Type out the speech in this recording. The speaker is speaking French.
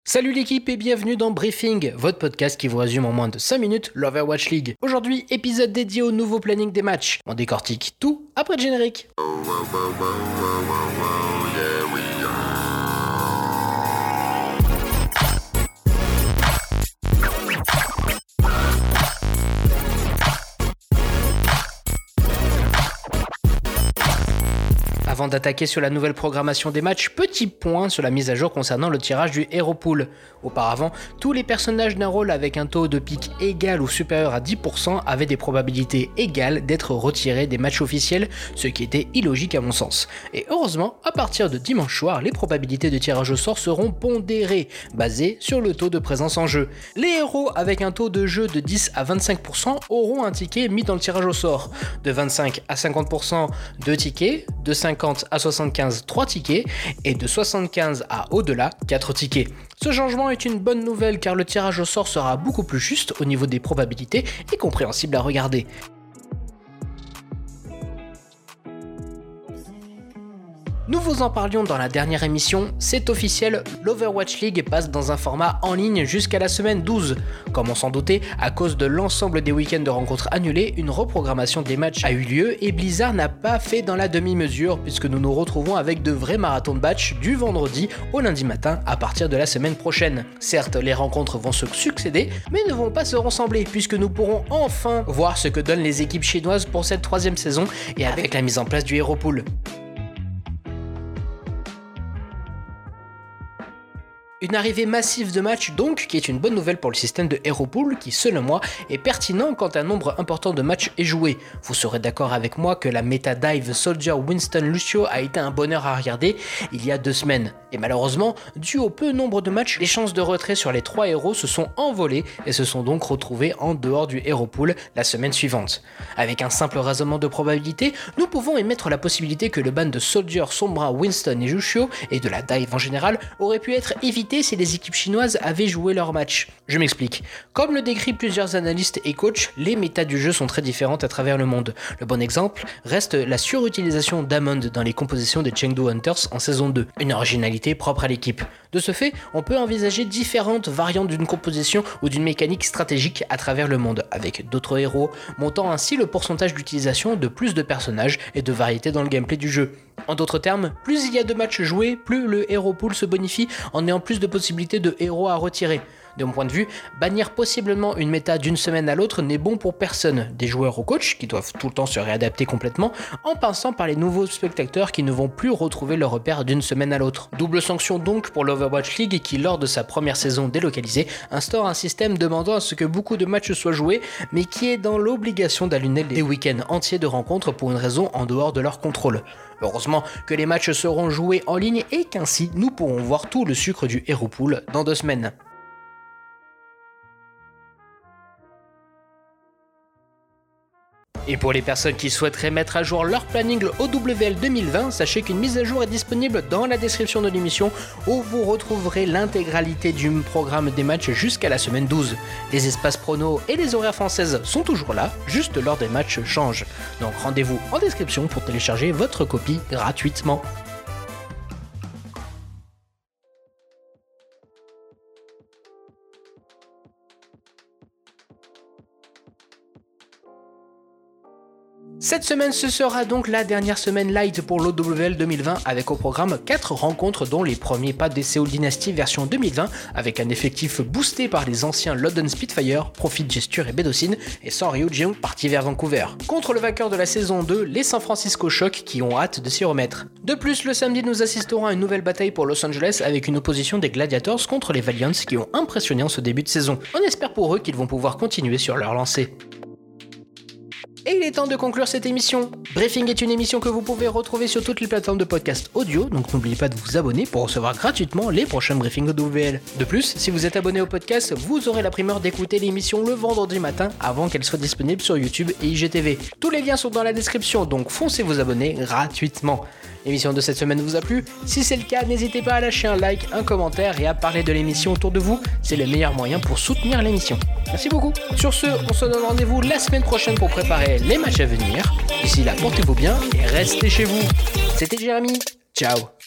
Salut l'équipe et bienvenue dans Briefing, votre podcast qui vous résume en moins de 5 minutes l'Overwatch League. Aujourd'hui, épisode dédié au nouveau planning des matchs. On décortique tout après le générique. Avant d'attaquer sur la nouvelle programmation des matchs, petit point sur la mise à jour concernant le tirage du Hero Pool. Auparavant, tous les personnages d'un rôle avec un taux de pique égal ou supérieur à 10% avaient des probabilités égales d'être retirés des matchs officiels, ce qui était illogique à mon sens. Et heureusement, à partir de dimanche soir, les probabilités de tirage au sort seront pondérées, basées sur le taux de présence en jeu. Les héros avec un taux de jeu de 10 à 25% auront un ticket mis dans le tirage au sort. De 25 à 50%, 2 tickets, de 50 à 75, 3 tickets, et de 75 à au-delà, 4 tickets. Ce changement est une bonne nouvelle car le tirage au sort sera beaucoup plus juste au niveau des probabilités et compréhensible à regarder. Nous vous en parlions dans la dernière émission, c'est officiel, l'Overwatch League passe dans un format en ligne jusqu'à la semaine 12. Comme on s'en doutait, à cause de l'ensemble des week-ends de rencontres annulés, une reprogrammation des matchs a eu lieu et Blizzard n'a pas fait dans la demi-mesure puisque nous nous retrouvons avec de vrais marathons de matchs du vendredi au lundi matin à partir de la semaine prochaine. Certes, les rencontres vont se succéder, mais ne vont pas se ressembler puisque nous pourrons enfin voir ce que donnent les équipes chinoises pour cette troisième saison et avec la mise en place du Hero Pool. Une arrivée massive de matchs donc, qui est une bonne nouvelle pour le système de Hero Pool, qui selon moi est pertinent quand un nombre important de matchs est joué. Vous serez d'accord avec moi que la méta dive Soldier Winston Lucio a été un bonheur à regarder il y a 2 semaines. Et malheureusement, dû au peu nombre de matchs, les chances de retrait sur les 3 héros se sont envolées et se sont donc retrouvées en dehors du Hero Pool la semaine suivante. Avec un simple raisonnement de probabilité, nous pouvons émettre la possibilité que le ban de Soldier, Sombra, Winston et Lucio, et de la dive en général, aurait pu être évité si les équipes chinoises avaient joué leur match. Je m'explique. Comme le décrivent plusieurs analystes et coachs, les méta du jeu sont très différentes à travers le monde. Le bon exemple reste la surutilisation d'Amond dans les compositions des Chengdu Hunters en saison 2, une originalité propre à l'équipe. De ce fait, on peut envisager différentes variantes d'une composition ou d'une mécanique stratégique à travers le monde, avec d'autres héros, montant ainsi le pourcentage d'utilisation de plus de personnages et de variété dans le gameplay du jeu. En d'autres termes, plus il y a de matchs joués, plus le Hero Pool se bonifie en ayant plus de possibilités de héros à retirer. De mon point de vue, bannir possiblement une méta d'une semaine à l'autre n'est bon pour personne, des joueurs aux coachs qui doivent tout le temps se réadapter complètement, en passant par les nouveaux spectateurs qui ne vont plus retrouver leur repère d'une semaine à l'autre. Double sanction donc pour l'Overwatch League qui, lors de sa première saison délocalisée, instaure un système demandant à ce que beaucoup de matchs soient joués, mais qui est dans l'obligation d'allumer des week-ends entiers de rencontres pour une raison en dehors de leur contrôle. Heureusement que les matchs seront joués en ligne et qu'ainsi nous pourrons voir tout le sucre du Hero Pool dans 2 semaines. Et pour les personnes qui souhaiteraient mettre à jour leur planning OWL 2020, sachez qu'une mise à jour est disponible dans la description de l'émission où vous retrouverez l'intégralité du programme des matchs jusqu'à la semaine 12. Les espaces pronos et les horaires françaises sont toujours là, juste lors des matchs changent. Donc rendez-vous en description pour télécharger votre copie gratuitement. Cette semaine, ce sera donc la dernière semaine light pour l'OWL 2020 avec au programme 4 rencontres dont les premiers pas des Seoul Dynasty version 2020 avec un effectif boosté par les anciens London Spitfire, Profit Gesture et Bédocine et sans Ryu Jeong parti vers Vancouver. Contre le vainqueur de la saison 2, les San Francisco Shock qui ont hâte de s'y remettre. De plus, le samedi, nous assisterons à une nouvelle bataille pour Los Angeles avec une opposition des Gladiators contre les Valiants qui ont impressionné en ce début de saison. On espère pour eux qu'ils vont pouvoir continuer sur leur lancée. Et il est temps de conclure cette émission. Briefing est une émission que vous pouvez retrouver sur toutes les plateformes de podcast audio, donc n'oubliez pas de vous abonner pour recevoir gratuitement les prochains briefings OWL. De plus, si vous êtes abonné au podcast, vous aurez la primeur d'écouter l'émission le vendredi matin avant qu'elle soit disponible sur YouTube et IGTV. Tous les liens sont dans la description, donc foncez vous abonner gratuitement. L'émission de cette semaine vous a plu? Si c'est le cas, n'hésitez pas à lâcher un like, un commentaire et à parler de l'émission autour de vous. C'est le meilleur moyen pour soutenir l'émission. Merci beaucoup. Sur ce, on se donne rendez-vous la semaine prochaine pour préparer les matchs à venir. D'ici là, portez-vous bien et restez chez vous. C'était Jérémy. Ciao.